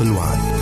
الوعد.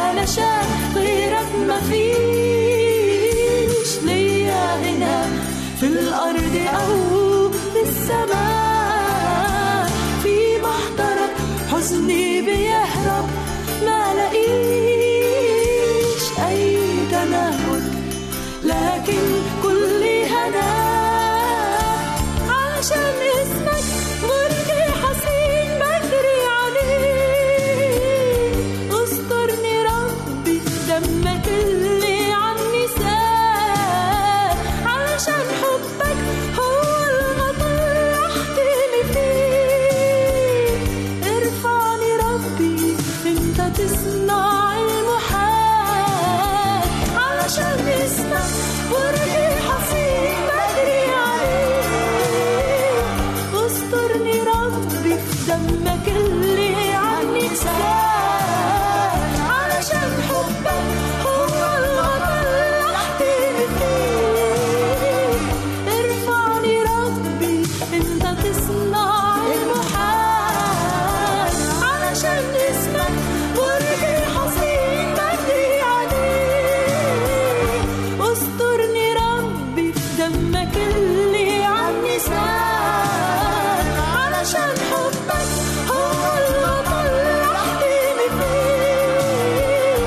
علشان غيرك ما فيش ليا هنا في الأرض أو في السماء. في محضرك حزني بيهرب، ما لقيش أي تنهد، لكن كل هنا عشان اسمك برجي حصين بجري عليه. استرني ربي دمك اللي عني سال، علشان حبك هو المطر احتمي فيه. ارفعني ربي انت تصنع المحال، علشان اسمك برجي حصين بجري عليه. استرني ربي في دمك اللي عني سال، علشان حبك هو الغطاء احتمي فيه. ارفعني ربي انت تصنع المحال، علشان اسمك برجي حصين بجري عليه. استرني ربي في دمك اللي عني سال، علشان حبك هو الغطاء احتمي فيه.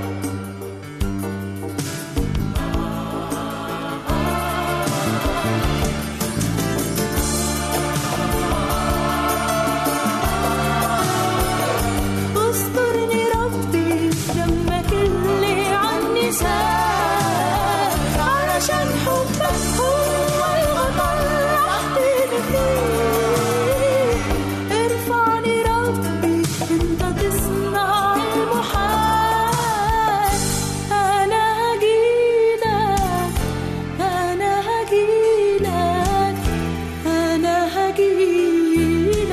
استرني ربي دمك اللي عني سال، علشان حبك هو الغطاء احتمي فيه. ارفعني ربي انت تصنع المحال. انا هجيلك انا هجيلك انا هجيلك.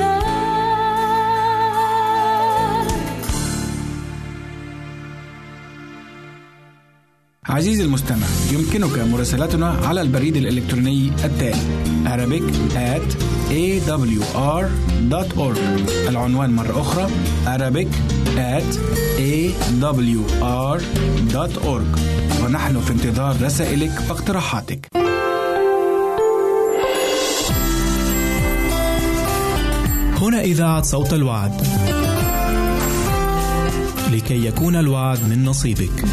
عزيزي المستمع، يمكنك مراسلتنا على البريد الإلكتروني التالي arabic@awr.org. العنوان مرة أخرى arabic@awr.org. ونحن في انتظار رسائلك واقتراحاتك. هنا إذاعة صوت الوعد، لكي يكون الوعد من نصيبك.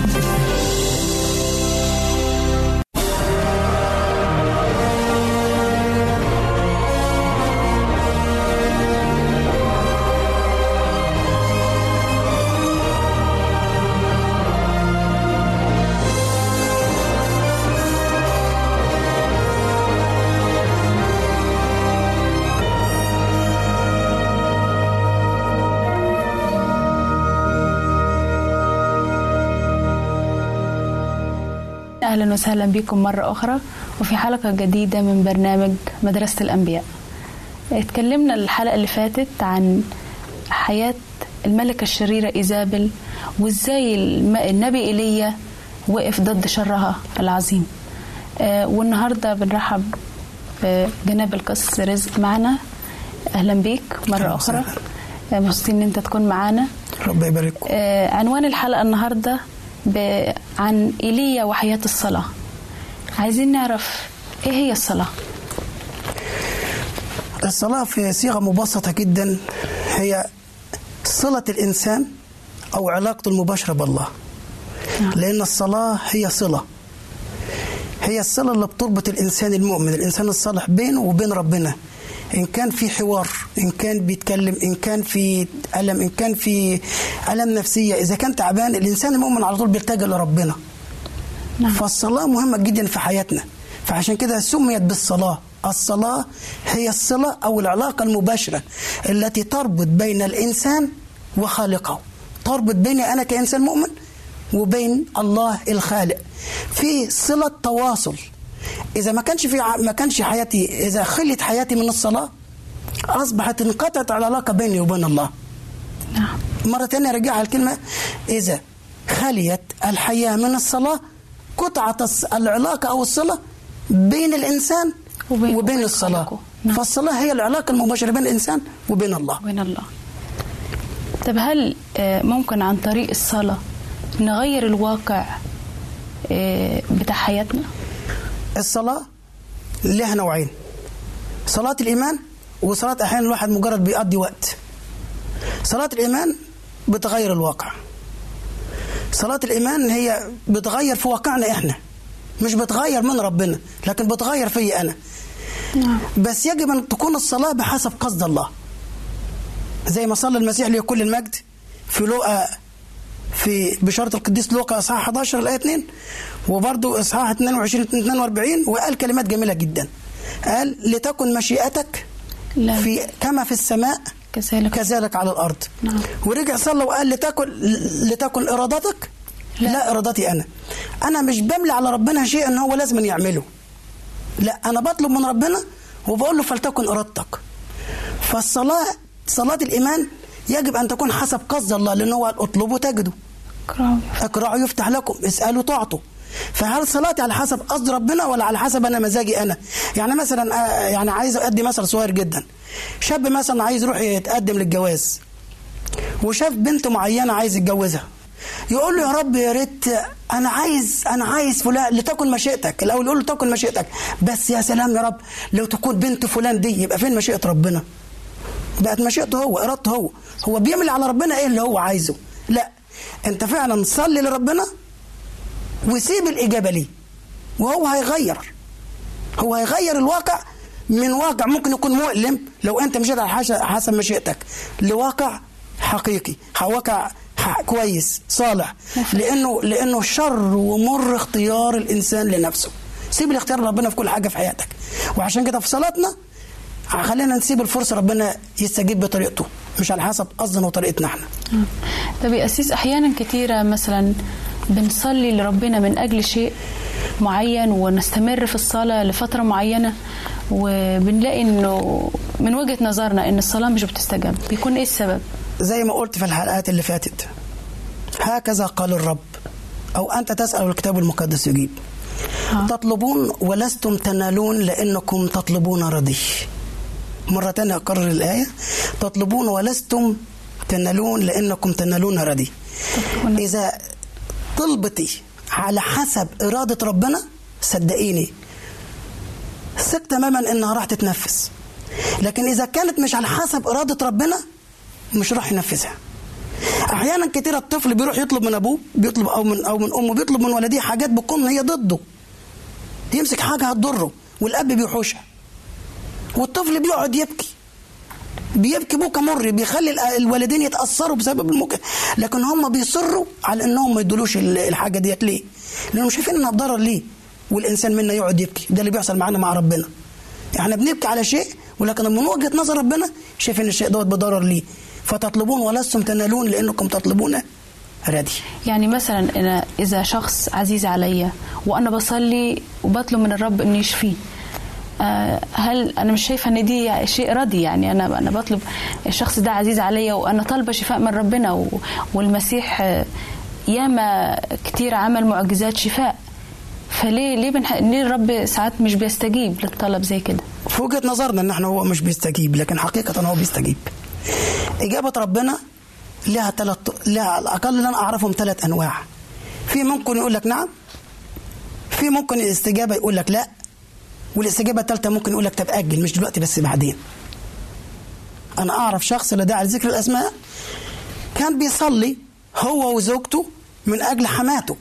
أهلا وسهلا بكم مرة أخرى وفي حلقة جديدة من برنامج مدرسة الأنبياء. اتكلمنا الحلقة اللي فاتت عن حياة الملكة الشريرة إيزابل، وإزاي النبي إيليا وقف ضد شرها العظيم. والنهاردة بنرحب جناب القس رزق معنا. أهلا بيك مرة أخرى، مبسوطين إن أنت تكون معنا. ربنا يبارككم. عنوان الحلقة النهاردة عن إيليا وحياة الصلاة. عايزين نعرف إيه هي الصلاة؟ الصلاة في صيغة مبسطة جدا هي صلة الإنسان أو علاقته المباشرة بالله. لأن الصلاة هي صلة، هي الصلة اللي بتربط الإنسان المؤمن، الإنسان الصالح بينه وبين ربنا. إن كان في حوار، إن كان بيتكلم، إن كان في ألم، إن كان في ألم نفسية، إذا كان تعبان، الإنسان المؤمن على طول بيلتجئ لربنا. فالصلاة مهمة جدا في حياتنا، فعشان كده سميت بالصلاة. الصلاة هي الصلة أو العلاقة المباشرة التي تربط بين الإنسان وخالقه، تربط بيني أنا كإنسان مؤمن وبين الله الخالق، في صلة تواصل. إذا ما كانش حياتي، إذا خلت حياتي من الصلاة أصبحت انقطعت العلاقة بيني وبين الله. مرة تانية رجعها الكلمة، إذا خليت الحياة من الصلاة قطعت العلاقة أو الصلة بين الإنسان وبين الصلاة. فالصلاة هي العلاقة المباشرة بين الإنسان وبين الله. طب هل ممكن عن طريق الصلاة نغير الواقع بتاع حياتنا؟ الصلاة لها نوعين: صلاة الإيمان وصلاة أحيانا الواحد مجرد بيقضي وقت. صلاة الإيمان بتغير الواقع. صلاة الإيمان هي بتغير في واقعنا إحنا، مش بتغير من ربنا، لكن بتغير في أنا. بس يجب أن تكون الصلاة بحسب قصد الله، زي ما صلى المسيح له كل المجد في لوقا، في بشارة القديس لوقا إصحاح 11 الآية 2، وبرضه إصحاح 22-42، وقال كلمات جميلة جدا. قال: لتكن مشيئتك في كما في السماء كذلك على الأرض. نعم. ورجع صلى وقال: لتكن إرادتك لا إرادتي أنا مش بملي على ربنا شيء إن هو لازم يعمله، لا، أنا بطلب من ربنا وبقول له فلتكن إرادتك. فالصلاة، صلاة الإيمان يجب أن تكون حسب قصد الله، لأنه هو اطلبوا تجدوا، اقرأوا يفتح لكم، اسألوا تعطوا. فهل صلاتي على حسب قصد ربنا ولا على حسب أنا مزاجي أنا؟ يعني مثلا يعني عايز أدي مثل صغير جدا. شاب مثلا عايز يروح يتقدم للجواز، وشاف بنت معينة عايز يتجوزها، يقول له: يا رب يا ريت أنا عايز فلان، لتكن مشيئتك. الأول يقول له تكن مشيئتك، بس يا سلام يا رب لو تكون بنت فلان دي، يبقى فين مشيئة ربنا؟ بقت مشيئته هو، إرادته هو بيعمل على ربنا إيه اللي هو عايزه. لا، أنت فعلا صلي لربنا وسيب الإجابة ليه، وهو هيغير الواقع من واقع ممكن يكون مؤلم لو أنت مشيت على حسب مشيئتك لواقع حقيقي، واقع كويس صالح، لأنه شر ومر اختيار الإنسان لنفسه. سيب الاختيار لربنا في كل حاجة في حياتك. وعشان كده في صلاتنا خلينا نسيب الفرصة ربنا يستجيب بطريقته، مش على حسب قصدنا وطريقتنا احنا. طب يا أسيس، أحيانا كتيرة مثلا بنصلي لربنا من أجل شيء معين ونستمر في الصلاة لفترة معينة، وبنلاقي إنه من وجهة نظرنا إن الصلاة مش بتستجاب. بيكون إيه السبب؟ زي ما قلت في الحلقات اللي فاتت: هكذا قال الرب، أو أنت تسأل والكتاب المقدس يجيب. تطلبون ولستم تنالون لأنكم تطلبون ردي. مرة تانية أكرر الآية: تطلبون ولستم تنالون لأنكم تنالون ردي. إذا طلبتي على حسب إرادة ربنا، صدقيني ثق تماما إنها راح تتنفذ. لكن إذا كانت مش على حسب إرادة ربنا، مش راح ينفذها. أحيانا كتير الطفل بيروح يطلب من أبوه، بيطلب أو من أمه، بيطلب من والديه حاجات بتكون هي ضده، يمسك حاجة هتضره والأب بيحوشها، والطفل بيقعد بيبكي بوكا مر، بيخلي الوالدين يتأثروا بسبب الموقف، لكن هم بيصروا على انهم ما يدولوش الحاجة ديت. ليه؟ لأنهم شايفين انها بضرر ليه، والإنسان منا يقعد يبكي. ده اللي بيحصل معانا مع ربنا. احنا بنبكي على شيء، ولكن من وجهة نظر ربنا شايفين الشيء دوت بضرر ليه. فتطلبون ولستم تنالون لأنكم تطلبون ردي. يعني مثلا أنا إذا شخص عزيز عليا وأنا بصلي وبطلب من الرب إنه يشفيه، هل أنا مش شايفة إن دي شيء ردي؟ يعني أنا بطلب، الشخص ده عزيز عليا وأنا طالبة شفاء من ربنا، والمسيح ياما كتير عمل معجزات شفاء، فليه ليه الرب ساعات مش بيستجيب للطلب زي كده؟ في وجهة نظرنا إن إحنا هو مش بيستجيب، لكن حقيقة هو بيستجيب. إجابة ربنا لها على الأقل اللي أنا أعرفهم 3 أنواع. في ممكن يقول لك نعم، في ممكن الاستجابة يقول لك لا، والاستجابة الثالثة ممكن يقول لك طب أجل، مش دلوقتي بس بعدين. أنا أعرف شخص لا داعي لذكر الأسماء كان بيصلي هو وزوجته من أجل حماته،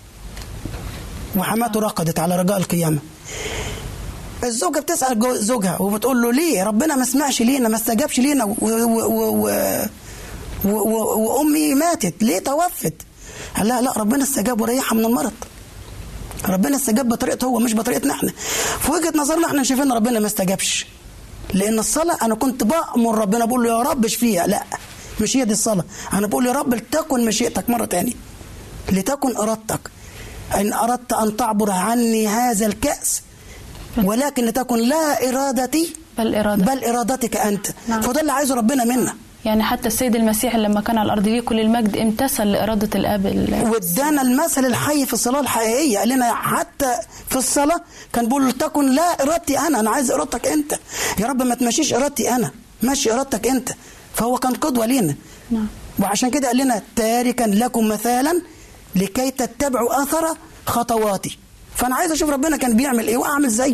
وحماته رقدت على رجاء القيامة. الزوجة بتسأل زوجها وبتقول له: ليه ربنا ما سمعش لينا، ما استجابش لينا، وأمي ماتت، ليه توفت؟ قال لها: لا، ربنا استجاب وريحها من المرض. ربنا استجاب بطريقته هو، مش بطريقتنا احنا. في وجهة نظرنا احنا شايفين ربنا ما استجابش، لأن الصلاة أنا كنت بأمر ربنا، بقول له يا رب اشفيها. لا، مش هي دي الصلاة. أنا بقول يا رب لتكن مشيئتك، مرة تاني لتكن إرادتك، إن أردت أن تعبر عني هذا الكأس، ولكن لتكن لا إرادتي بل إرادتك أنت. نعم. فده اللي عايزه ربنا منا. يعني حتى السيد المسيح لما كان على الأرض ليه كل المجد امتثل لإرادة الآب، وادانا المثل الحي في الصلاة الحقيقية. قال لنا حتى في الصلاة كان بيقول تكن لا إرادتي أنا عايز إرادتك أنت يا رب، ما تمشيش إرادتي أنا، مشي إرادتك أنت. فهو كان قدوة لينا. نعم. وعشان كده قال لنا تاركا لكم مثالا لكي تتبعوا أثر خطواتي. فأنا عايز أشوف ربنا كان بيعمل إيه وأعمل زيه.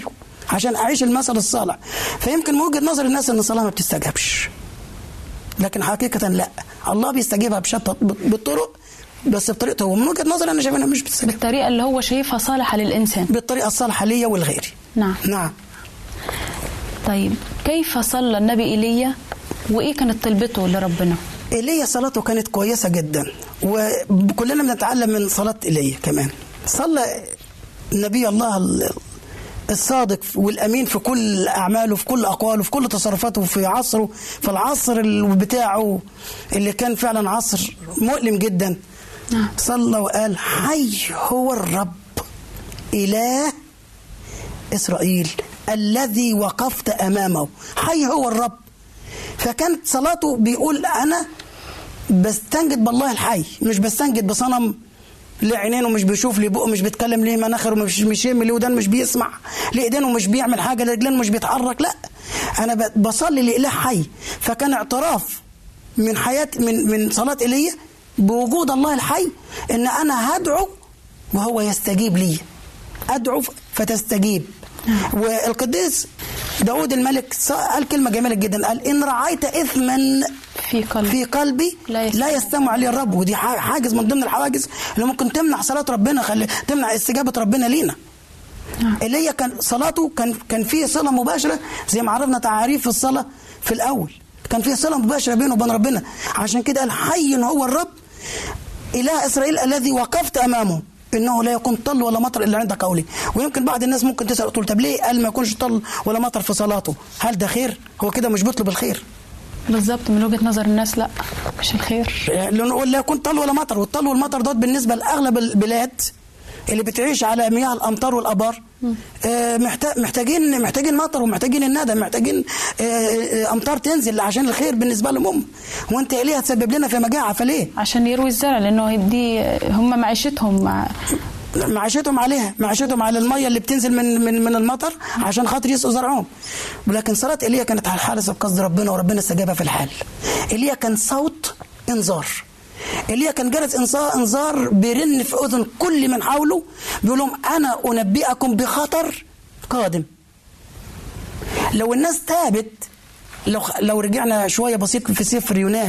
عشان اعيش المثل الصالح. فيمكن من وجهه نظر الناس ان الصلاه ما بتستجابش، لكن حقيقه لا، الله بيستجيبها بشتى بالطرق، بس بطريقته هو. من وجهه نظري انا شايف انها مش بتستجيب بالطريقه اللي هو شايفها صالحه للانسان، بالطريقه الصالحه ليا ولغيري. نعم. طيب كيف صلى النبي ايليا وايه كانت طلبته لربنا؟ ايليا صلاته كانت كويسه جدا، وكلنا بنتعلم من صلاه ايليا كمان. صلى نبي الله الصادق والامين في كل اعماله، في كل اقواله، في كل تصرفاته، في عصره، في العصر بتاعه اللي كان فعلا عصر مؤلم جدا. صلى وقال: حي هو الرب إله إسرائيل الذي وقفت أمامه. حي هو الرب. فكانت صلاته بيقول: أنا بستنجد بالله الحي، مش بستنجد بصنم ليه عينين ومش بيشوف، ليه بقه مش بيتكلم، ليه مناخر ومش يشم، ليه ودان مش بيسمع، ليه ايدين ومش بيعمل حاجه، ليه رجلين مش بيتحرك. لا، انا بصلي لإله حي. فكان اعتراف من حياه من صلاه ايليا بوجود الله الحي، ان انا هدعو وهو يستجيب لي، ادعو فتستجيب. والقديس داود الملك قال كلمه جميله جدا، قال: ان رعيت اثما في قلبي لا يستمع لي الرب. ودي حاجز من ضمن الحواجز اللي ممكن تمنع صلاه ربنا، تمنع استجابه ربنا لينا. ايليا كان صلاته كان فيه صله مباشره، زي ما عرفنا تعاريف الصلاه في الاول، كان فيه صله مباشره بينه وبين ربنا. عشان كده قال: حي هو الرب إله إسرائيل الذي وقفت أمامه، إنه لا يكون طل ولا مطر إلا عند قولي. ويمكن بعض الناس ممكن تسأل تقول: طب ليه قال ما يكونش طل ولا مطر في صلاته؟ هل ده خير؟ هو كده مش بيطلب الخير. بالظبط، من وجهة نظر الناس لا، مش الخير. لأنه لا يكون طل ولا مطر، والطل والمطر دوت بالنسبة لأغلب البلاد اللي بتعيش على مياه الأمطار والأبار محتاجين مطر، ومحتاجين الندى، محتاجين أمطار تنزل عشان الخير بالنسبة لهم. وأنت ليه هتسبب لنا في مجاعة؟ فليه؟ عشان يروي الزرع، لأنه دي هم معيشتهم عليها، معيشتهم على المية اللي بتنزل من المطر عشان خاطر يسقوا زرعهم. ولكن صلاة ايليا كانت على حارس بقصد ربنا، وربنا استجابها في الحال. ايليا كان صوت انذار، ايليا كان جرس انذار بيرن في اذن كل من حوله، بيقول لهم: انا انبئكم بخطر قادم. لو الناس تابت، لو رجعنا شويه بسيط في سفر يونان،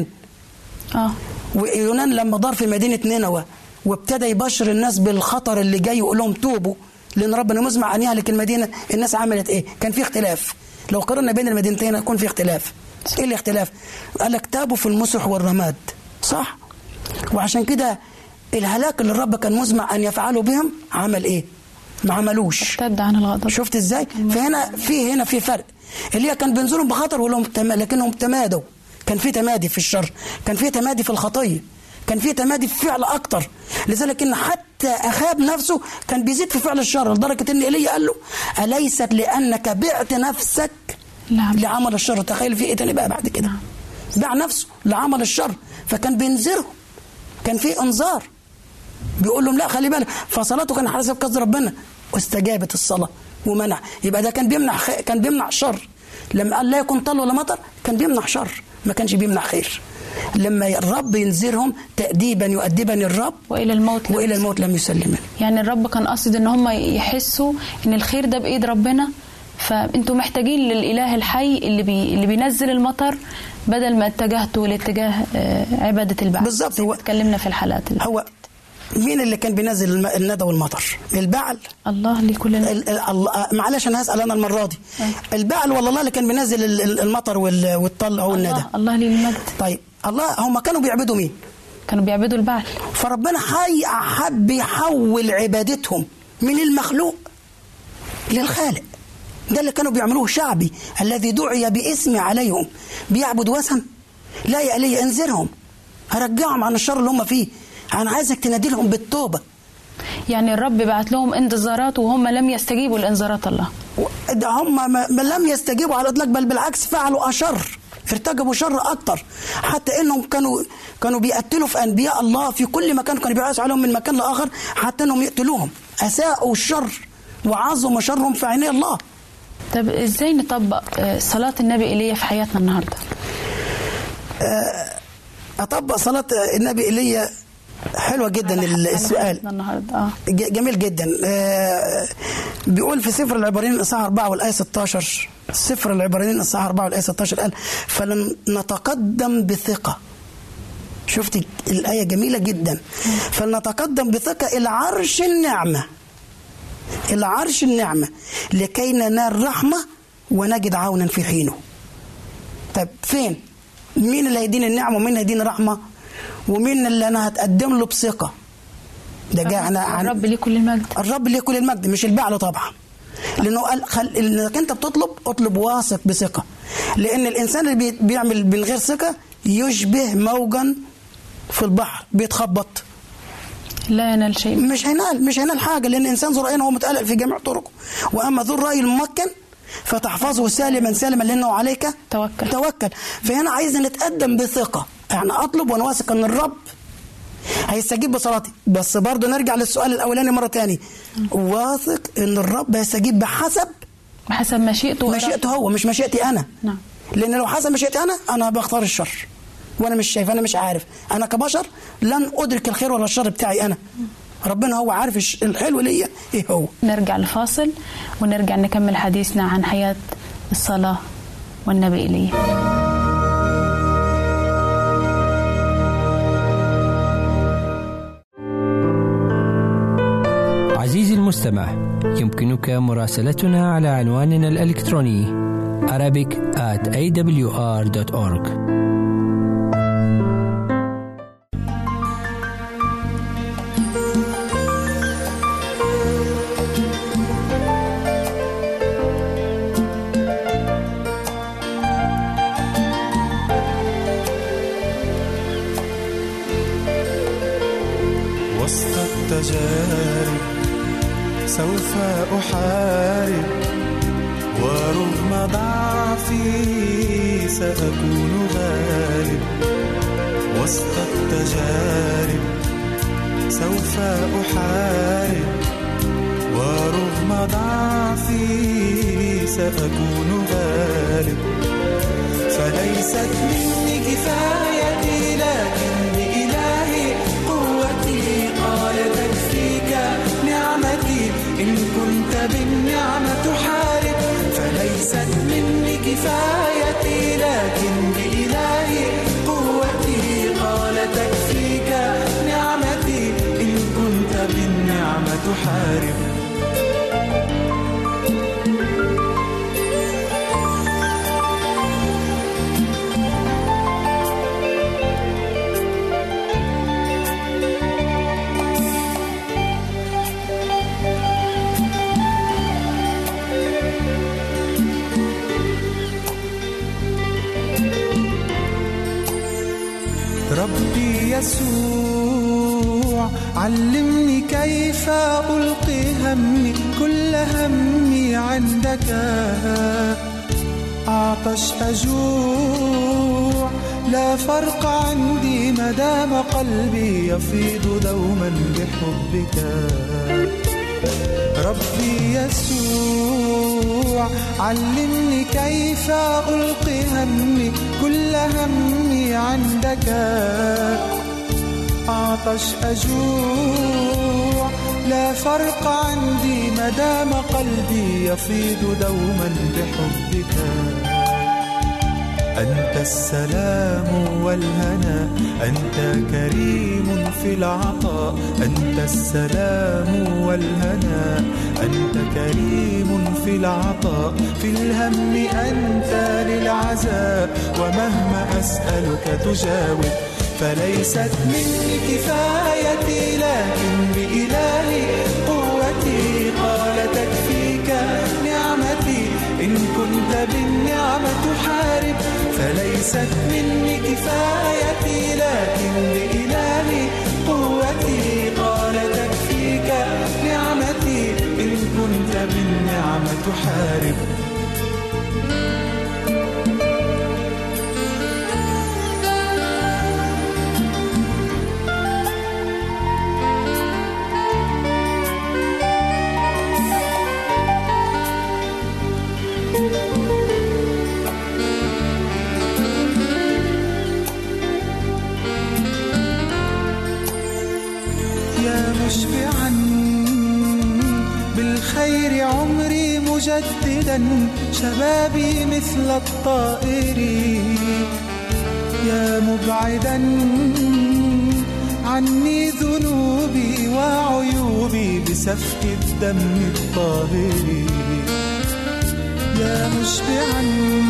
ويونان لما دار في مدينه نينوى وابتدى يبشر الناس بالخطر اللي جاي ويقول لهم: توبوا لان ربنا مزمع ان يهلك المدينه، الناس عملت ايه؟ كان في اختلاف. لو قارنا بين المدينتين يكون في اختلاف. ايه الاختلاف؟ قال لك: تابوا في المسح والرماد، صح؟ وعشان كده الهلاك اللي الرب كان مزمع ان يفعله بهم عمل ايه؟ ما عملوش، ارتد عن الغضب. شفت ازاي؟ فهنا في فرق. اللي كان بينزلهم بخطر ولهم لكنهم تمادوا. كان في تمادي في الشر، كان في تمادي في الخطيه، كان في تمادي في فعل اكتر. لذلك ان حتى اخاب نفسه كان بيزيد في فعل الشر، لدرجه ان ايليا قال له: اليست لانك بعت نفسك لعمل الشر. تخيل في ايه تاني بقى بعد كده؟ باع نفسه لعمل الشر. فكان بينذرهم، كان في انذار بيقول لهم: لا خلي بالك. فصلاته كان حسب قصد ربنا، واستجابت الصلاه ومنع. يبقى ده كان بيمنع الشر. لما قال لا يكون طل ولا مطر كان بيمنع شر، ما كانش بيمنع خير. لما الرب ينذرهم تأديبا يؤدبني الرب وإلى الموت لم يسلمني. يعني الرب كان قصد ان هم يحسوا ان الخير ده بإيد ربنا، فانتوا محتاجين للإله الحي اللي بينزل المطر، بدل ما اتجهتوا لاتجاه عبادة البعل. بالظبط. هو اتكلمنا في الحلقات هو مين اللي كان بينزل الندى والمطر؟ البعل؟ الله لكل معلش انا هسأل انا المره دي. البعل ولا الله اللي كان بينزل المطر والطل او الندى؟ الله ليه المجد. طيب الله، هم كانوا بيعبدوا مين؟ كانوا بيعبدوا البعل. فربنا حب يحول عبادتهم من المخلوق للخالق. ده اللي كانوا بيعملوه شعبي الذي دعي باسمي عليهم. بيعبد وثن؟ لا يا إلي انذرهم، هرجعهم عن الشر اللي هم فيه. أنا عايزك تنادي لهم بالتوبة. يعني الرب بعت لهم انذارات وهم لم يستجيبوا لانذارات الله. ده هم لم يستجيبوا على الإطلاق، بل بالعكس فعلوا أشر، ارتكبوا شر أكتر. حتى إنهم كانوا بيقتلوا في أنبياء الله في كل مكان، كانوا بيعيشوا عليهم من مكان لآخر حتى إنهم يقتلوهم. أساءوا الشر وعظموا شرهم في عيني الله. طب إزاي نطبق صلاة النبي إيليا في حياتنا النهاردة؟ أطبق صلاة النبي إيليا حلوة جدا. السؤال النهاردة جميل جدا. بيقول في سفر العبرانيين الإصحاح 4 والآية 16، سفر العبرانيين الإصحاح 4 والآية 16 قال فلنتقدم بثقة. شفتي الآية جميلة جدا. فلنتقدم بثقة إلى عرش النعمة، إلى عرش النعمة لكي ننال رحمة ونجد عونا في حينه. طيب فين؟ مين اللي هيديني النعمة ومين اللي هيديني رحمة ومين اللي أنا هتقدم له بثقة؟ ده جاء الرب ليه كل المجد. الرب ليه كل المجد، مش البعل طبعا، لأنه قال إنك أنت بتطلب اطلب واثق بثقة، لأن الإنسان اللي بيعمل من غير ثقة يشبه موجا في البحر بيتخبط، لا ينال شيء، مش هينال حاجة، لأن الإنسان ذو رأي هو متقلق في جميع طرقه، وأما ذو الرأي الممكن فتحفظه سالما لأنه عليك توكل. فهنا عايز نتقدم بثقة، يعني أطلب وأنا واثق أن الرب هيستجيب بصلاتي. بس برضه نرجع للسؤال الأولاني مرة تاني، واثق أن الرب هيستجيب بحسب مشيئته هو، مش مشيئتي أنا. نعم. لأن لو حسب مشيئتي أنا بختار الشر وأنا مش شايف، أنا مش عارف، أنا كبشر لن أدرك الخير ولا الشر بتاعي أنا. ربنا هو عارف الحلو ليا إيه هو. نرجع لفاصل ونرجع نكمل حديثنا عن حياة الصلاة والنبي إيليا. عزيزي المستمع، يمكنك مراسلتنا على عنواننا الإلكتروني arabic@awr.org. وسط التجارب سوف أحارب، ورغم ضعفي سأكون غالب. وسط التجارب سوف أحارب، ورغم ضعفي سأكون غالب. فليست مني كفايتي لكن بإلهي قوتي، قال تكفيك نعمتي إن كنت بالنعمة تحارب. فليست مني كفايتي لكن بإلهي قوتي، قال تكفيك نعمتي إن كنت بالنعمة تحارب. ربي يسوع علمني كيف ألقي همي، كل همي عندك. أعطش أجوع لا فرق عندي مدام قلبي يفيض دوما بحبك. ربي يسوع علمني كيف ألقي همي، كل همي عندك. أعطش أجوع لا فرق عندي مدام قلبي يفيض دوما بحبك. أنت السلام والهنا، أنت كريم في العطاء. أنت السلام والهنا، أنت كريم في العطاء. في الهم أنت للعزاء، ومهما أسألك تجاوب. فليست مني كفايتي لكن بإلهي قوتي، قال تكفيك نعمتي إن كنت بالنعمة تحارب. فليست مني كفايتي لكن بإلهي قوتي، قال تكفيك نعمتي إن كنت بالنعمة تحارب. مجددا شبابي مثل الطائر، يا مبعدا عني ذنوبي وعيوبي بسفك الدم الطاهر، يا مشبعا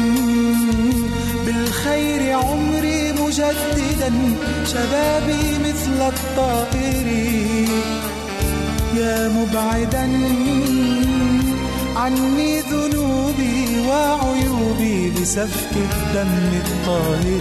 بالخير عمري مجددا شبابي مثل الطائر، يا مبعدا عني ذنوبي وعيوبي بسفك الدم الطاهر.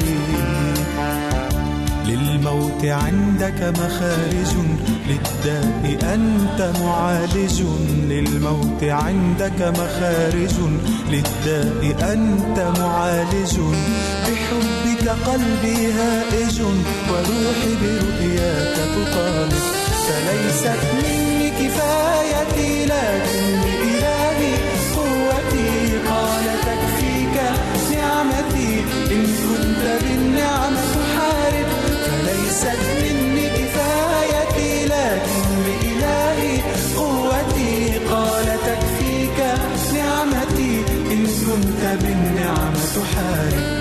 للموت عندك مخارج، للداء أنت معالج، للموت عندك مخارج، للداء أنت معالج، بحبك قلبي هائج وروحي برؤياك تطالب، فليست مني كفايتي لكن بإلهي قوتي، قال تكفيك نعمتي إن كنت بالنعمة تحارب، فليست مني كفايتي لكن بإلهي قوتي، قال تكفيك نعمتي إن كنت بالنعمة تحارب.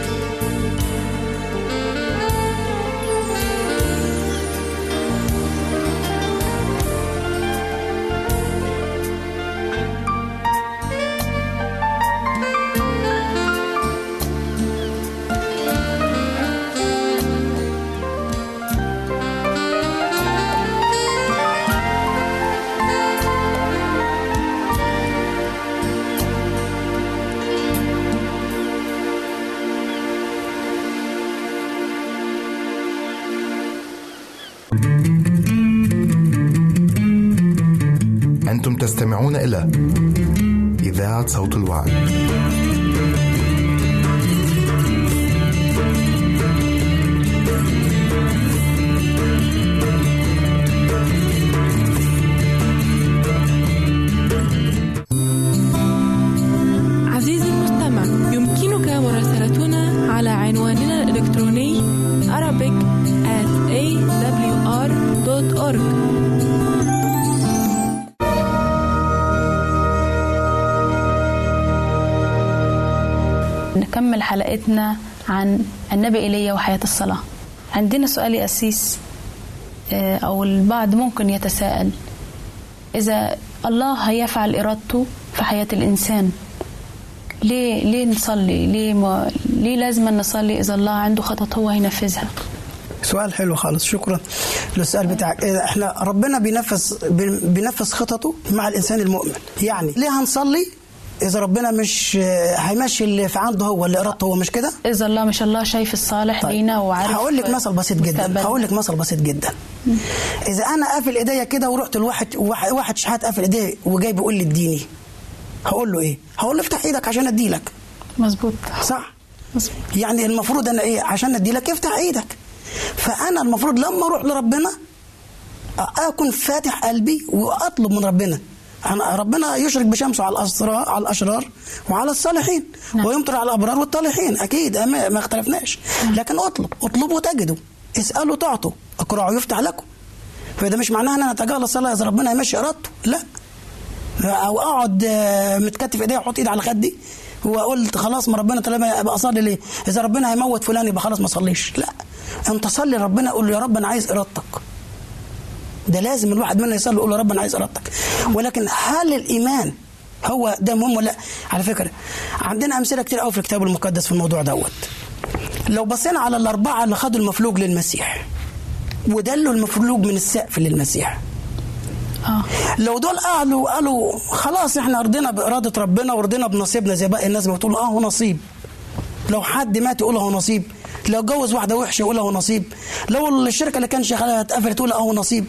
أنتم تستمعون إلى إذاعة صوت الوعد. عزيزي المستمع، يمكنك مراسلتنا على عنواننا الإلكتروني arabic@awr.org. نكمل حلقتنا عن النبي إيليا وحياة الصلاة. عندنا سؤال أسيس، أو البعض ممكن يتساءل، إذا الله هيفعل إرادته في حياة الإنسان، ليه نصلي؟ ليه لازم نصلي إذا الله عنده خطط هو هينفذها؟ سؤال حلو خالص، شكرا للسؤال بتاعك. احنا ربنا بينفذ خططه مع الإنسان المؤمن. يعني ليه هنصلي إذا ربنا مش هيمشي اللي في عنده هو اللي إرادته هو، مش كده؟ إذا الله مش الله شايف الصالح طيب. لينا وعارف. هقول لك مثل بسيط جدا. إذا أنا قافل إيديا كده ورحت واحد شحات قافل إيديه وجاي بيقول لي اديني، هقول له إيه؟ هقول له افتح إيدك عشان أديلك. مظبوط، صح؟ مظبوط. يعني المفروض أنا إيه؟ عشان أديلك افتح إيدك. فأنا المفروض لما أروح لربنا أكون فاتح قلبي وأطلب من ربنا. ربنا يشرك بشمسه على الأشرار وعلى الصالحين. نعم. ويمطر على الأبرار والطالحين، أكيد ما اختلفناش. لكن اطلبوا تجدوا، اسألوا تعطوا، اقرعوا يفتح لكم. فده مش معناها أن أنا أتجاهل الصلاة إذا ربنا يمشي إرادته، لا. أو أقعد متكتف إيدي وأحط إيدي على خدي وأقول خلاص ما ربنا طالما أبقى أصلي ليه؟ إذا ربنا هيموت فلان يبقى خلاص ما أصليش، لا. أنت صلي ربنا، قول له يا رب أنا عايز إرادتك. ده لازم الواحد منا يصلي يقول له رب انا عايز ارادتك. ولكن هل الايمان هو ده مهم ولا لا؟ على فكره عندنا امثله كتير قوي في الكتاب المقدس في الموضوع دوت. لو بصينا على الاربعه اللي خدوا المفلوج للمسيح ودلوا المفلوج من السقف للمسيح، لو دول قالوا خلاص احنا رضينا باراده ربنا ورضينا بنصيبنا زي باقي الناس ما بتقول هو نصيب. لو حد مات يقول هو نصيب، لو جوز واحده وحشه يقول هو نصيب، لو الشركه اللي كان شغالها اتقفلت تقول هو نصيب.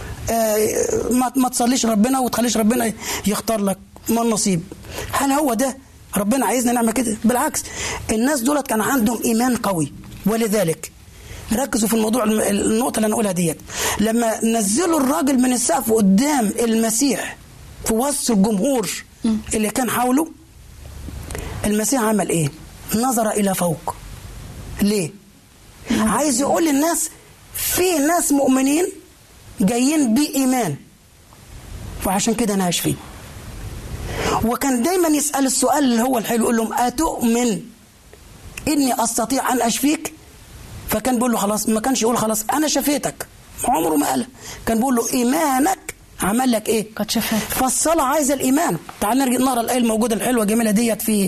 ما تصليش ربنا وتخليش ربنا يختار لك، ما النصيب. هل هو ده ربنا عايزنا نعمل كده؟ بالعكس، الناس دولت كان عندهم ايمان قوي. ولذلك ركزوا في الموضوع، النقطه اللي انا اقولها ديت. لما نزلوا الراجل من السقف قدام المسيح في وسط الجمهور اللي كان حوله، المسيح عمل ايه؟ نظر الى فوق. ليه؟ عايز يقول للناس في ناس مؤمنين جايين بإيمان، وعشان كده أنا هشفيه. وكان دايما يسأل السؤال اللي هو الحلو، يقول لهم أتؤمن إني أستطيع أن أشفيك؟ فكان بيقول له خلاص، ما كانش يقول خلاص أنا شفيتك، عمره ما قالها، كان بيقول له إيمانك عمل لك إيه؟ قد شفاك. فالصلاة عايزة الإيمان. تعال نرجع نقرأ الآية الموجودة الحلوة الجميلة ديت في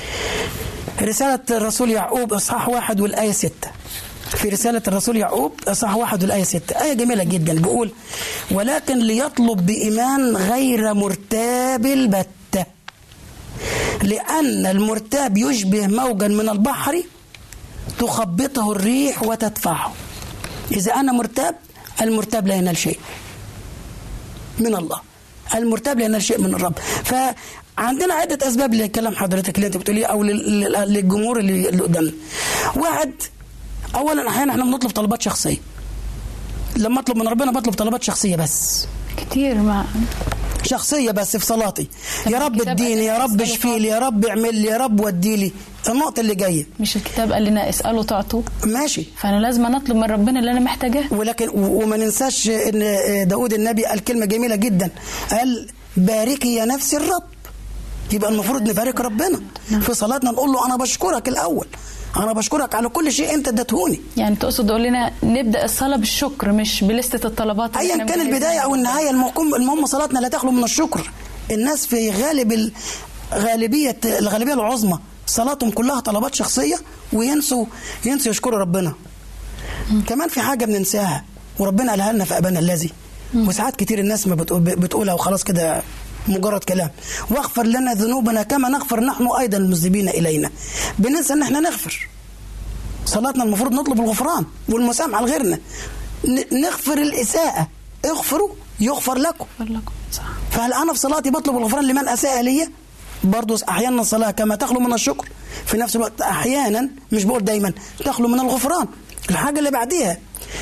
رسالة الرسول يعقوب إصحاح 1 والآية 6. في رسالة الرسول يعقوب إصحاح 1 والآية 6 آية جميلة جدا، بيقول ولكن ليطلب بإيمان غير مرتاب البتة، لأن المرتاب يشبه موجا من البحر تخبطه الريح وتدفعه. إذا أنا مرتاب، المرتاب لا ينال شيء من الله، المرتاب لا ينال شيء من الرب. فعندنا عدة أسباب لكلام حضرتك اللي أنت بتقوليه أو للجمهور اللي قدامنا. واحد، أولا أحيانا احنا بنطلب طلبات شخصية. لما أطلب من ربنا بطلب طلبات شخصية بس، كتير مع شخصية بس في صلاتي، يا رب اديني، يا رب اشفي لي، يا رب اعمل لي، يا رب ودي لي. النقطة اللي جاية، مش الكتاب قال لنا اسألوا تعطوا؟ ماشي، فأنا لازم أطلب من ربنا اللي أنا محتاجاه. ولكن وما ننساش إن داود النبي قال كلمة جميلة جدا، قال باركي يا نفسي الرب. يبقى المفروض نبارك ربنا في صلاتنا، نقول له أنا بشكرك الأول، أنا بشكرك على كل شيء أنت اديتهوني. يعني تقصد تقول لنا نبدأ الصلاة بالشكر مش بلستة الطلبات؟ أيا كان البداية أو النهاية، المهم صلاتنا لا تخلو من الشكر. الناس في الغالبية العظمى صلاتهم كلها طلبات شخصية، وينسوا يشكروا ربنا. كمان في حاجة بننساها وربنا قالها لنا في أبانا الذي، وساعات كتير الناس ما بتقولها وخلاص كده مجرد كلام، واغفر لنا ذنوبنا كما نغفر نحن أيضا المذنبين إلينا. بننسى ان احنا نغفر. صلاتنا المفروض نطلب الغفران والمسامحة لغيرنا، نغفر الإساءة، اغفروا يغفر لكم. صح. فهل أنا في صلاتي بطلب الغفران لمن أساء لي؟ برضو أحيانا الصلاة كما تخلو من الشكر، في نفس الوقت أحيانا، مش بقول دايما، تخلو من الغفران. الحاجة اللي بعديها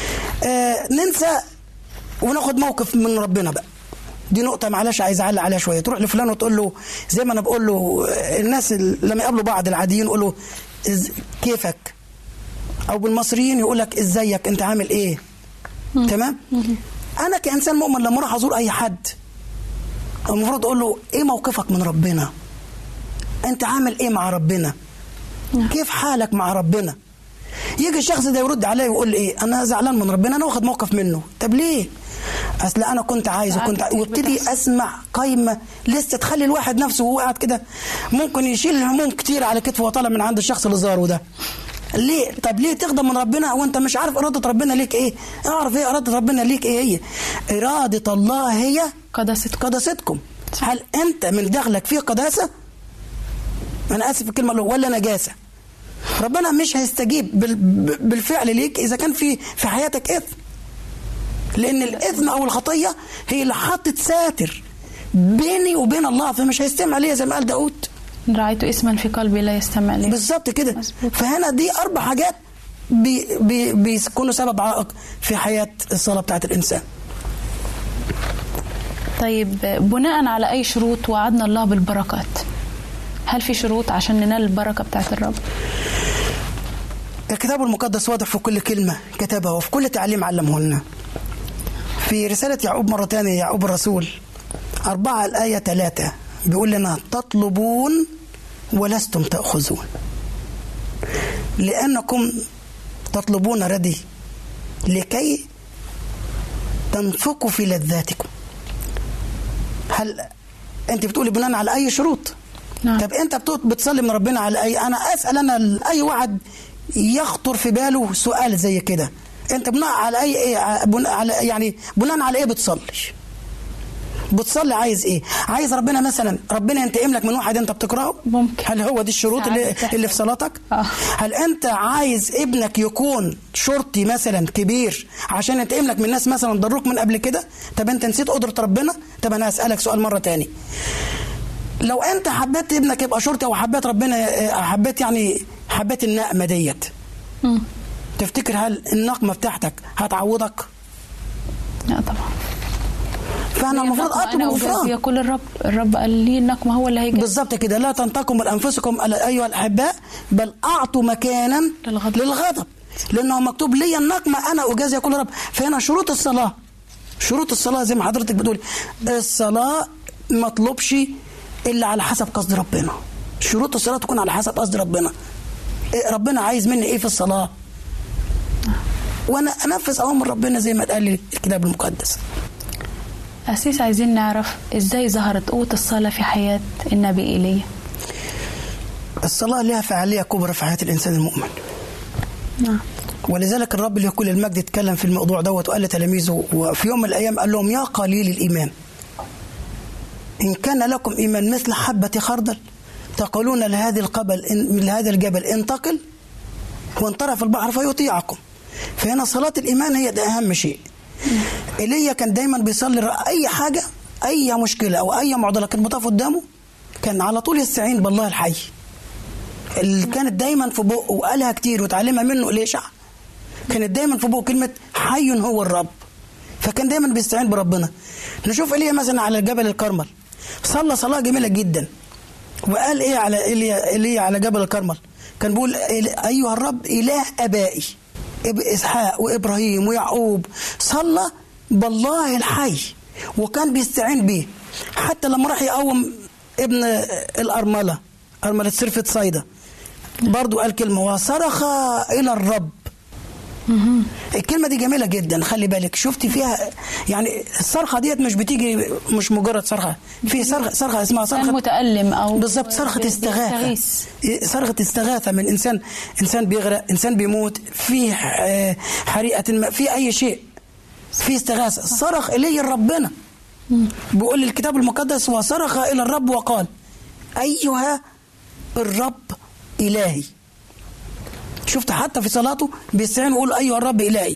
ننسى وناخد موقف من ربنا بقى. دي نقطة معلش عايز أعلق عليها شوية. تروح لفلان وتقول له زي ما أنا بقول له، الناس لما يقابلوا بعض العاديين يقول له كيفك، أو بالمصريين يقول لك إزيك، أنت عامل إيه؟ تمام؟ أنا كإنسان مؤمن لما أروح أزور أي حد المفروض أقول له إيه موقفك من ربنا؟ أنت عامل إيه مع ربنا؟ كيف حالك مع ربنا؟ يجي الشخص ده يرد عليه ويقول إيه؟ أنا زعلان من ربنا، أنا واخد موقف منه. طب ليه؟ أصل أنا كنت عايز وابتدي أسمع قايمة لسه تخلي الواحد نفسه وهو قاعد كده ممكن يشيل هموم كتير على كتفه وطالع من عند الشخص اللي زاره ده. ليه؟ طب ليه تخدم من ربنا وانت مش عارف إرادة ربنا ليك ايه؟ اعرف ايه إرادة ربنا ليك ايه هي؟ إرادة الله هي قداستكم. هل انت من داخلك فيه قداسة؟ انا اسف في الكلمة، ولا نجاسة؟ ربنا مش هيستجيب بالفعل ليك اذا كان في حياتك اثم، لان الاثم او الخطية هي اللي حطت ساتر بيني وبين الله، فمش هيستمع ليا زي ما قال داود، رأيت اسما في قلبي لا يستمع لي. بالظبط كده. فهنا دي 4 حاجات بيكونوا سبب عائق في حياة الصلاة بتاعت الإنسان. طيب بناء على أي شروط وعدنا الله بالبركات؟ هل في شروط عشان ننال البركة بتاعت الرب؟ الكتاب المقدس واضح في كل كلمة كتبها وفي كل تعليم علمه لنا. في رسالة يعقوب مرة تانية، يعقوب الرسول 4 الآية 3 بيقول لنا تطلبون ولستم تأخذون لأنكم تطلبون ردي لكي تنفقوا في لذاتكم. هل أنت بتقولي بناء على أي شروط؟ نعم. طب أنت بتصلي من ربنا على أي؟ أنا أسأل أنا أي واحد يخطر في باله سؤال زي كده، أنت بناء على أي إيه؟ بناء على إيه بتصلي؟ بتصلي عايز ايه؟ عايز ربنا مثلا ربنا ينتقم لك من واحد انت بتكرهه؟ ممكن. هل هو دي الشروط اللي في صلاتك؟ هل انت عايز ابنك يكون شرطي مثلا كبير عشان ينتقم لك من ناس مثلا ضروك من قبل كده؟ طب انت نسيت قدرة ربنا؟ طب انا هسألك سؤال مرة تاني، لو انت حبيت ابنك يبقى شرطي او حبيت ربنا حبيت النقمة ديت، تفتكر هل النقمة بتاعتك هتعوضك؟ لا طبعا. فانا المفروض اطلب الغفران. يقول الرب قال لي النقمة هو اللي هيجي. بالظبط كده. لا تنتقموا من انفسكم ايها الاحباء بل اعطوا مكانا للغضب لانه مكتوب لي النقمة انا اجازي يقول الرب. فهنا شروط الصلاة زي ما حضرتك بتقولي، الصلاة ما اطلبش إلا على حسب قصد ربنا. شروط الصلاة تكون على حسب قصد ربنا. ربنا عايز مني إيه في الصلاة، وأنا أنفذ أوامر ربنا زي ما قال لي الكتاب المقدس. أسيس، عايزين نعرف إزاي ظهرت قوة الصلاة في حياة النبي إيليا. الصلاة لها فعالية كبرى في حياة الإنسان المؤمن. نعم. ولذلك الرب اللي كل المجد اتكلم في الموضوع دوت وقال لتلاميذه، وفي يوم من الأيام قال لهم: يا قليل الإيمان، إن كان لكم إيمان مثل حبة خردل تقولون لهذا الجبل انتقل وانطرح في البحر فيطيعكم. فهنا صلاة الإيمان هي ده أهم شيء. إيليا كان دايما بيصلي أي حاجة، أي مشكلة أو أي معضلة كانت بتقف قدامه، كان على طول يستعين بالله الحي اللي كانت دايما في بقه وقالها كتير وتعلمها منه إليشع. كانت دايما في بقه كلمة حي هو الرب، فكان دايما بيستعين بربنا. نشوف إيليا مثلا على جبل الكرمل صلى صلاة جميلة جدا، وقال إيه على إيليا على جبل الكرمل؟ كان بيقول: أيها الرب إله أبائي إسحاق وإبراهيم ويعقوب. صلى بالله الحي وكان بيستعين بيه. حتى لما راح يقوم ابن أرملة سرفة صيدا برضو قال كلمة: وصرخ إلى الرب. الكلمة دي جميلة جدا، خلي بالك. شفتي فيها يعني الصرخة ديت مش بتيجي مش مجرد صرخة، في صرخة اسمها صرخة متألم أو بالضبط، صرخة استغاثة. صرخة استغاثة من إنسان بيغرق، إنسان بيموت، في حريقة، في أي شيء، في استغاثة. صرخ إليه ربنا. بيقول الكتاب المقدس: وصرخ إلى الرب وقال: أيها الرب إلهي. شفت حتى في صلاته بيستعين ويقول: أيها الرب إلهي.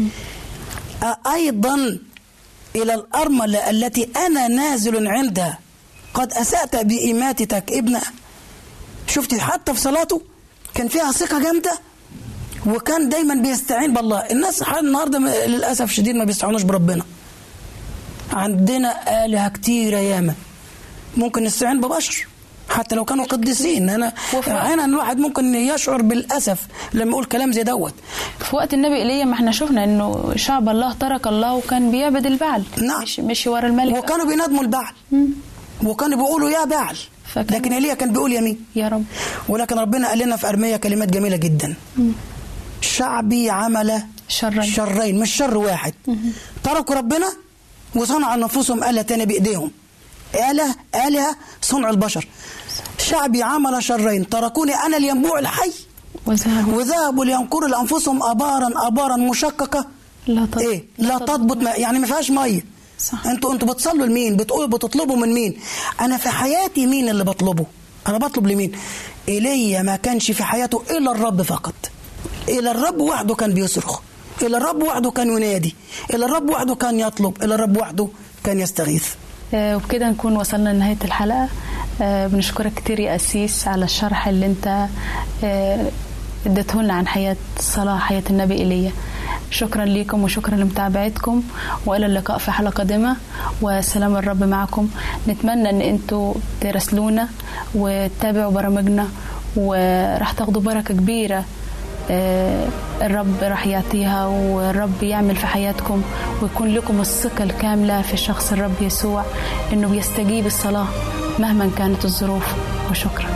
أيضا إلى الأرملة التي أنا نازل عندها قد أسأت بإماتتك ابنها. شفت حتى في صلاته كان فيها ثقة جامدة، وكان دايما بيستعين بالله. الناس النهارده للأسف شديد ما بيستعينوش بربنا. عندنا آلهة كتيرة ياما، ممكن نستعين ببشر حتى لو كانوا قديسين. أنا الواحد ممكن يشعر بالأسف لما يقول كلام زي دوت. في وقت النبي إيليا ما احنا شفنا إنه شعب الله ترك الله وكان بيعبد البعل. نعم. مش ورا الملك، وكانوا بينادموا البعل وكانوا بيقولوا يا بعل، لكن إيليا كان بيقول يمين يا رب. ولكن ربنا قال لنا في أرميا كلمات جميلة جدا: شعبي عمل شرين، مش شر واحد. تركوا ربنا وصنعوا نفوسهم آلهة تانية بإيديهم، آلهة صنع البشر. شعبي عمل شرين، تركوني أنا الينبوع الحي وذهبوا لينقروا لأنفسهم أبارا مشققة لا تضبط يعني ما فيهاش مية. انتوا بتصلوا لمين؟ بتطلبوا من مين؟ أنا في حياتي مين اللي بطلبه؟ أنا بطلب لمين؟ إيليا ما كانش في حياته إلا الرب فقط. إلى الرب وحده كان بيصرخ، إلى الرب وحده كان ينادي، إلى الرب وحده كان يطلب، إلى الرب وحده كان يستغيث. وبكده نكون وصلنا لنهاية الحلقة. بنشكرك كتير يا أسيس على الشرح اللي انت اديته لنا عن حياة الصلاة، حياة النبي إيليا. شكرا لكم وشكرا لمتابعتكم، وإلى اللقاء في حلقة قادمة، وسلام الرب معكم. نتمنى ان انتوا تراسلونا وتتابعوا برامجنا، وراح تاخدوا بركة كبيرة الرب راح يعطيها، والرب يعمل في حياتكم، ويكون لكم الثقة الكاملة في شخص الرب يسوع انه بيستجيب الصلاة مهما كانت الظروف. وشكرا.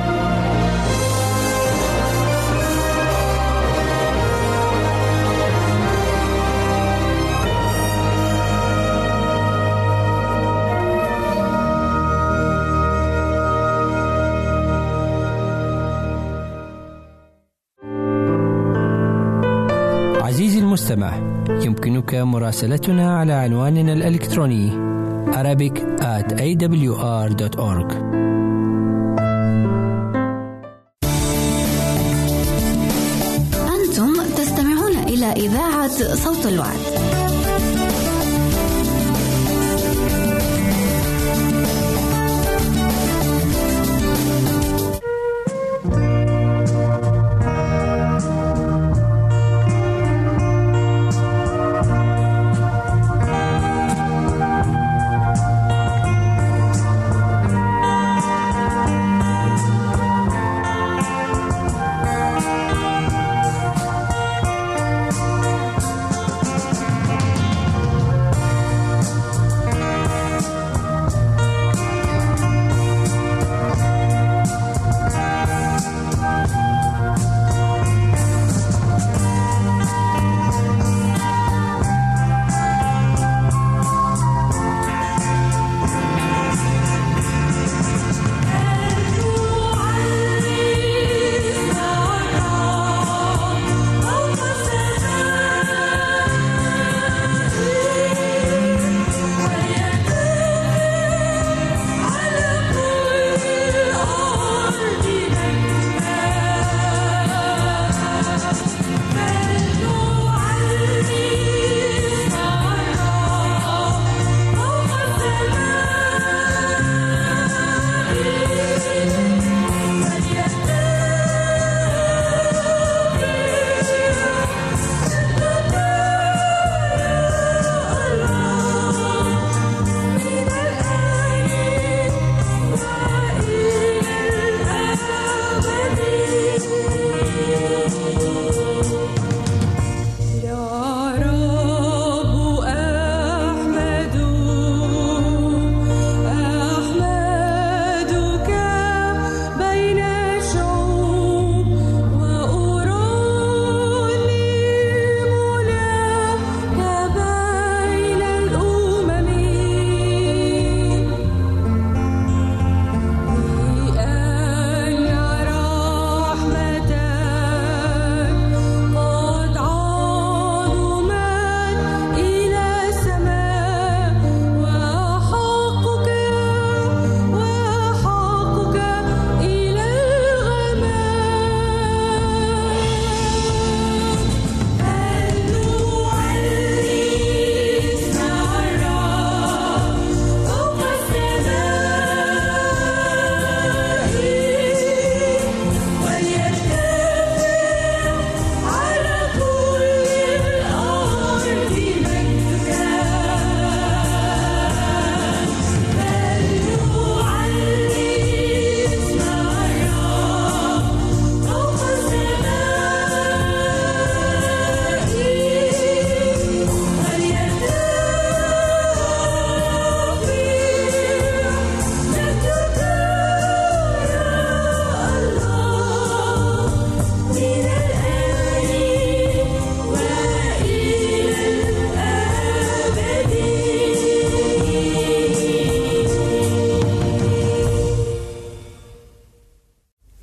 عزيزي المستمع، يمكنك مراسلتنا على عنواننا الإلكتروني arabic@awr.org. أنتم تستمعون إلى إذاعة صوت الوعد.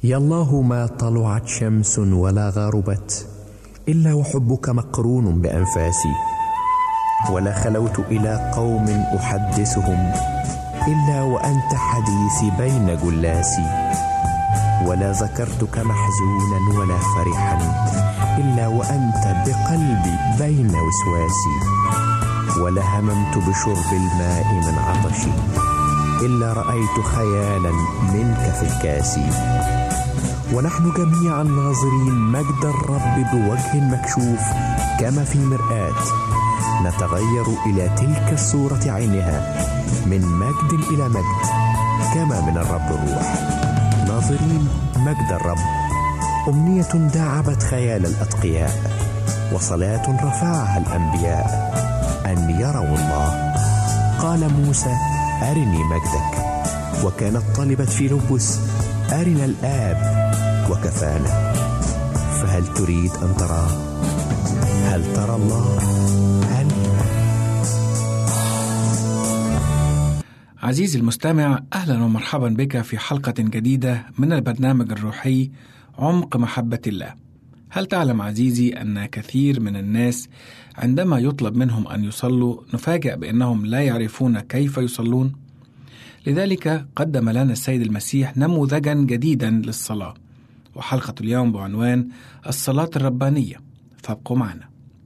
يا الله ما طلعت شمس ولا غربت إلا وحبك مقرون بأنفاسي، ولا خلوت إلى قوم أحدثهم إلا وأنت حديثي بين جلاسي، ولا ذكرتك محزونا ولا فرحا إلا وأنت بقلبي بين وسواسي، ولا هممت بشرب الماء من عطشي إلا رأيت خيالا منك في الكاس. ونحن جميعا ناظرين مجد الرب بوجه مكشوف كما في مرآة، نتغير إلى تلك الصورة عينها من مجد إلى مجد كما من الرب الروح، ناظرين مجد الرب. أمنية داعبت خيال الأتقياء، وصلاة رفعها الأنبياء أن يروا الله. قال موسى أرني مجدك، وكانت طالبة فيلبس أرنا الآب وكفانا. فهل تريد أن تراه؟ هل ترى الله؟ عزيزي المستمع، أهلا ومرحبا بك في حلقة جديدة من البرنامج الروحي عمق محبة الله. هل تعلم عزيزي أن كثير من الناس عندما يطلب منهم أن يصلوا نفاجأ بأنهم لا يعرفون كيف يصلون؟ لذلك قدم لنا السيد المسيح نموذجا جديدا للصلاة، وحلقة اليوم بعنوان الصلاة الربانية، فابقوا معنا.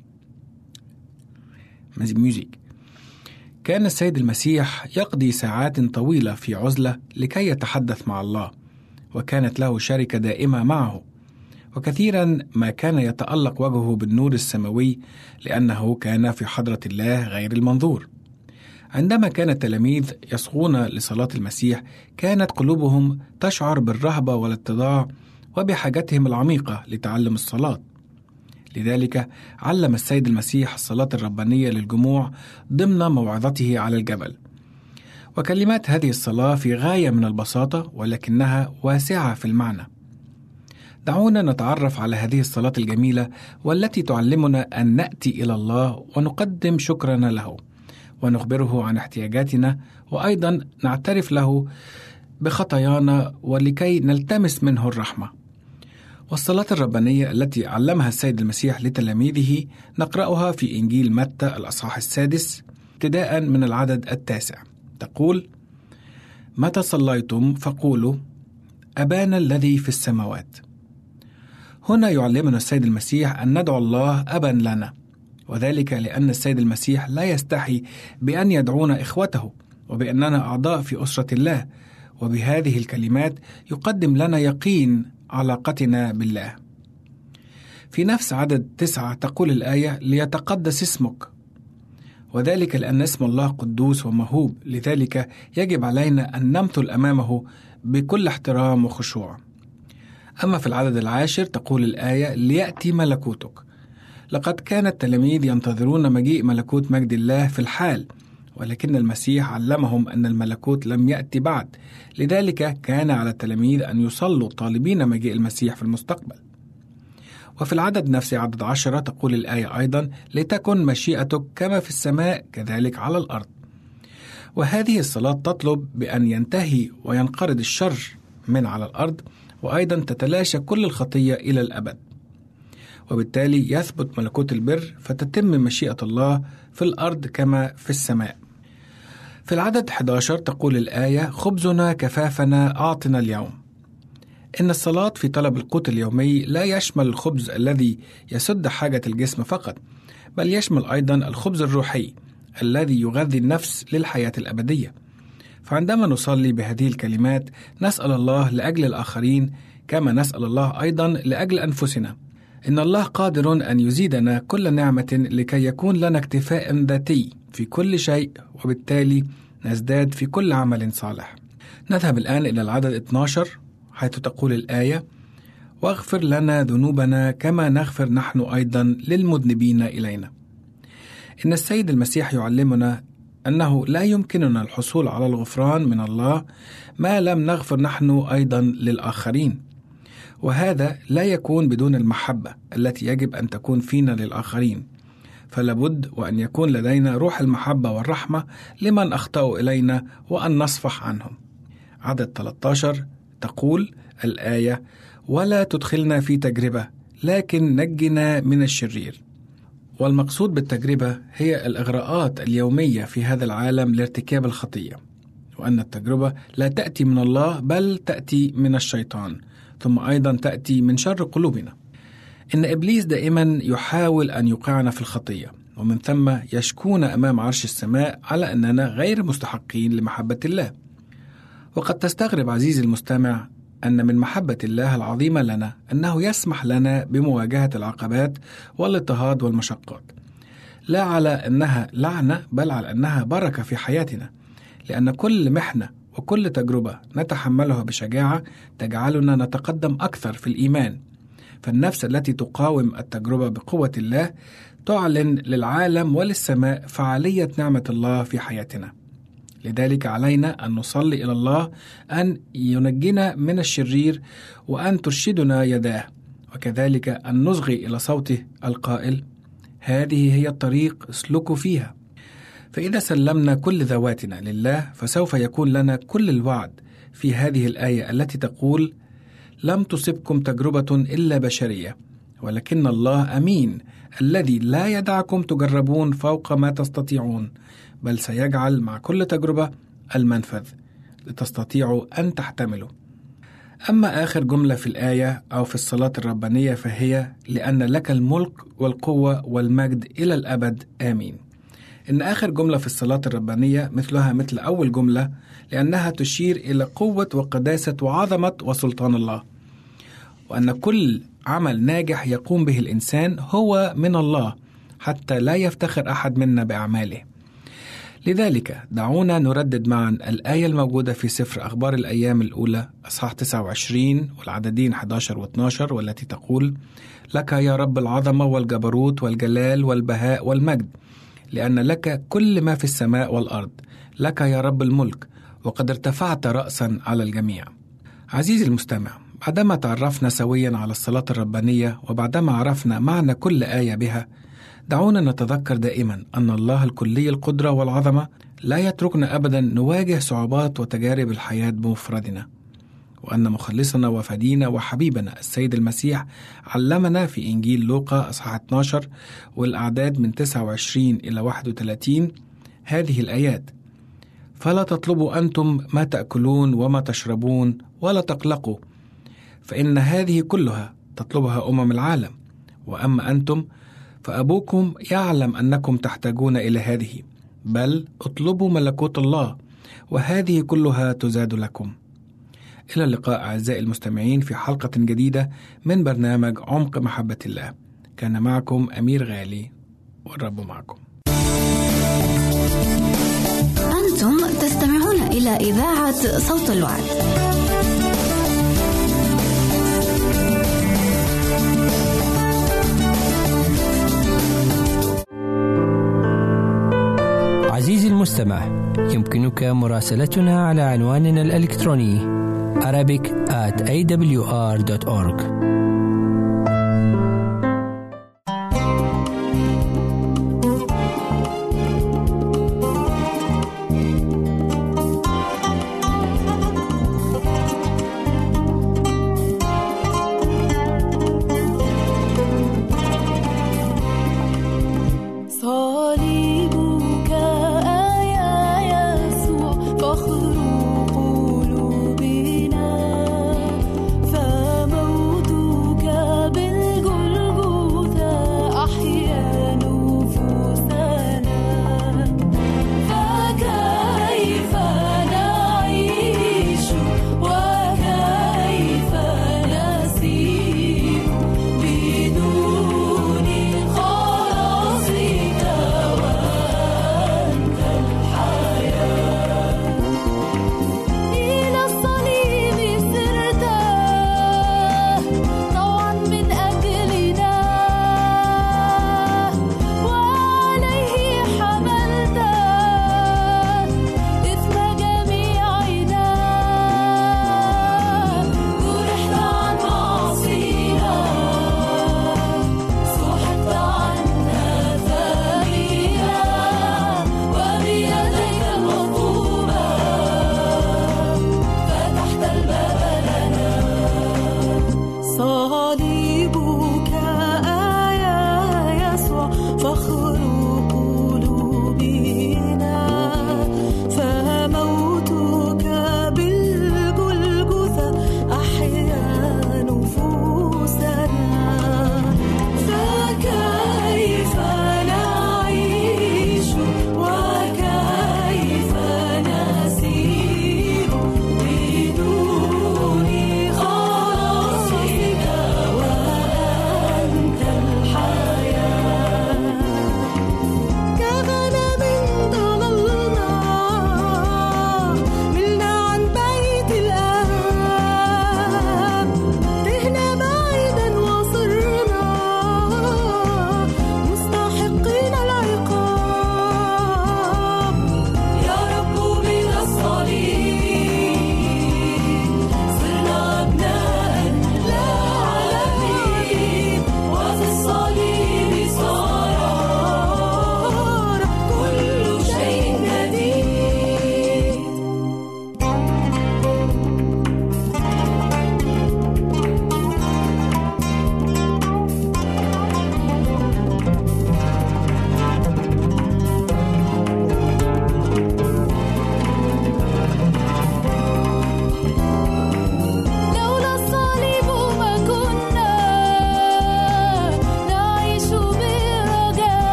ميوزيك. كان السيد المسيح يقضي ساعات طويلة في عزلة لكي يتحدث مع الله، وكانت له شركة دائمة معه، وكثيرا ما كان يتألق وجهه بالنور السماوي لأنه كان في حضرة الله غير المنظور. عندما كان التلاميذ يصغون لصلاة المسيح كانت قلوبهم تشعر بالرهبة والاتضاع وبحاجتهم العميقة لتعلم الصلاة. لذلك علم السيد المسيح الصلاة الربانية للجموع ضمن موعظته على الجبل. وكلمات هذه الصلاة في غاية من البساطة ولكنها واسعة في المعنى. دعونا نتعرف على هذه الصلاة الجميلة والتي تعلمنا أن نأتي إلى الله ونقدم شكرنا له، ونخبره عن احتياجاتنا، وأيضا نعترف له بخطايانا ولكي نلتمس منه الرحمة. والصلاة الربانية التي علمها السيد المسيح لتلاميذه نقرأها في إنجيل متى الأصحاح 6 ابتداء من العدد 9. تقول: متى صليتم فقولوا أبانا الذي في السماوات. هنا يعلمنا السيد المسيح أن ندعو الله أبا لنا، وذلك لأن السيد المسيح لا يستحي بأن يدعونا إخوته، وبأننا أعضاء في أسرة الله، وبهذه الكلمات يقدم لنا يقين علاقتنا بالله. في نفس عدد 9 تقول الآية: ليتقدس اسمك، وذلك لأن اسم الله قدوس ومهوب، لذلك يجب علينا أن نمثل أمامه بكل احترام وخشوع. أما في العدد 10 تقول الآية: ليأتي ملكوتك. لقد كان التلاميذ ينتظرون مجيء ملكوت مجد الله في الحال، ولكن المسيح علمهم أن الملكوت لم يأتي بعد، لذلك كان على التلاميذ أن يصلوا طالبين مجيء المسيح في المستقبل. وفي العدد نفسه عدد 10 تقول الآية أيضا: لتكن مشيئتك كما في السماء كذلك على الأرض. وهذه الصلاة تطلب بأن ينتهي وينقرض الشر من على الأرض، وأيضا تتلاشى كل الخطية إلى الأبد، وبالتالي يثبت ملكوت البر فتتم مشيئة الله في الأرض كما في السماء. في العدد 11 تقول الآية: خبزنا كفافنا أعطنا اليوم. إن الصلاة في طلب القوت اليومي لا يشمل الخبز الذي يسد حاجة الجسم فقط، بل يشمل أيضا الخبز الروحي الذي يغذي النفس للحياة الأبدية. فعندما نصلي بهذه الكلمات نسأل الله لأجل الآخرين كما نسأل الله أيضا لأجل أنفسنا. إن الله قادر أن يزيدنا كل نعمة لكي يكون لنا اكتفاء ذاتي في كل شيء، وبالتالي نزداد في كل عمل صالح. نذهب الآن إلى العدد 12 حيث تقول الآية: واغفر لنا ذنوبنا كما نغفر نحن أيضا للمذنبين إلينا. إن السيد المسيح يعلمنا أنه لا يمكننا الحصول على الغفران من الله ما لم نغفر نحن أيضا للآخرين، وهذا لا يكون بدون المحبة التي يجب أن تكون فينا للآخرين، فلابد وأن يكون لدينا روح المحبة والرحمة لمن أخطأوا إلينا وأن نصفح عنهم. عدد 13 تقول الآية: ولا تدخلنا في تجربة لكن نجنا من الشرير. والمقصود بالتجربة هي الإغراءات اليومية في هذا العالم لارتكاب الخطية، وأن التجربة لا تأتي من الله بل تأتي من الشيطان، ثم أيضا تأتي من شر قلوبنا. إن إبليس دائما يحاول أن يوقعنا في الخطية، ومن ثم يشكون أمام عرش السماء على أننا غير مستحقين لمحبة الله. وقد تستغرب عزيزي المستمع أن من محبة الله العظيمة لنا أنه يسمح لنا بمواجهة العقبات والاضطهاد والمشقات، لا على أنها لعنة بل على أنها بركة في حياتنا، لأن كل محنة وكل تجربة نتحملها بشجاعة تجعلنا نتقدم أكثر في الإيمان. فالنفس التي تقاوم التجربة بقوة الله تعلن للعالم وللسماء فعالية نعمة الله في حياتنا. لذلك علينا أن نصلي إلى الله أن ينجينا من الشرير وأن ترشدنا يداه، وكذلك أن نصغي إلى صوته القائل: هذه هي الطريق اسلكوا فيها. فإذا سلمنا كل ذواتنا لله فسوف يكون لنا كل الوعد في هذه الآية التي تقول: لم تصبكم تجربة إلا بشرية ولكن الله أمين الذي لا يدعكم تجربون فوق ما تستطيعون، بل سيجعل مع كل تجربة المنفذ لتستطيعوا أن تحتملوا. أما آخر جملة في الآية أو في الصلاة الربانية فهي: لأن لك الملك والقوة والمجد إلى الأبد آمين. إن آخر جملة في الصلاة الربانية مثلها مثل أول جملة، لأنها تشير إلى قوة وقداسة وعظمة وسلطان الله، وأن كل عمل ناجح يقوم به الإنسان هو من الله حتى لا يفتخر أحد منا بأعماله. لذلك دعونا نردد معا الآية الموجودة في سفر أخبار الأيام الأولى أصحاح 29 والعددين 11 و12، والتي تقول: لك يا رب العظمة والجبروت والجلال والبهاء والمجد، لأن لك كل ما في السماء والأرض، لك يا رب الملك، وقد ارتفعت رأسا على الجميع. عزيزي المستمع، بعدما تعرفنا سويا على الصلاة الربانية وبعدما عرفنا معنى كل آية بها، دعونا نتذكر دائما أن الله الكلي القدرة والعظمة لا يتركنا أبدا نواجه صعوبات وتجارب الحياة بمفردنا، وأن مخلصنا وفدينا وحبيبنا السيد المسيح علمنا في إنجيل لوقا أصحاح 12 والأعداد من 29 إلى 31 هذه الآيات: فلا تطلبوا أنتم ما تأكلون وما تشربون ولا تقلقوا، فإن هذه كلها تطلبها العالم، وأما أنتم فأبوكم يعلم أنكم تحتاجون إلى هذه، بل اطلبوا ملكوت الله وهذه كلها تزاد لكم. إلى اللقاء أعزائي المستمعين في حلقة جديدة من برنامج عمق محبة الله. كان معكم أمير غالي، والرب معكم. أنتم تستمعون إلى إذاعة صوت الوعد. عزيزي المستمع، يمكنك مراسلتنا على عنواننا الإلكتروني arabic@awr.org. فخر قلوبنا، فموت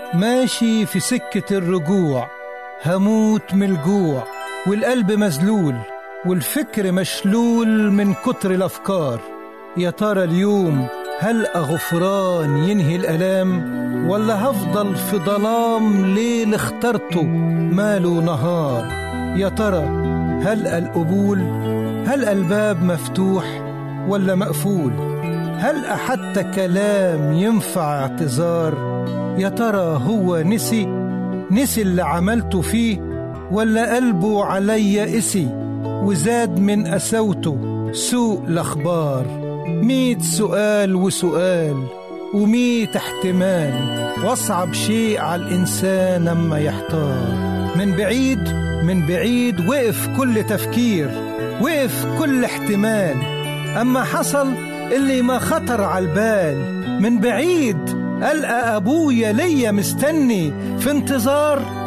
ماشي في سكة الرجوع، هموت من الجوع والقلب مذلول والفكر مشلول من كتر الأفكار. يا ترى اليوم هل غفران ينهي الألام، ولا هفضل في ظلام ليل اخترته ماله نهار؟ يا ترى هل القبول، هل الباب مفتوح ولا مقفول؟ هل حتى كلام ينفع اعتذار؟ يا ترى هو نسي اللي عملته فيه، ولا قلبه عليا قسي وزاد من قسوته سوء الأخبار؟ 100 سؤال وسؤال و100 احتمال، واصعب شيء على الإنسان أما يحتار. من بعيد وقف كل تفكير، وقف كل احتمال، أما حصل اللي ما خطر على البال. من بعيد ألقى أبويا ليا مستني في انتظار،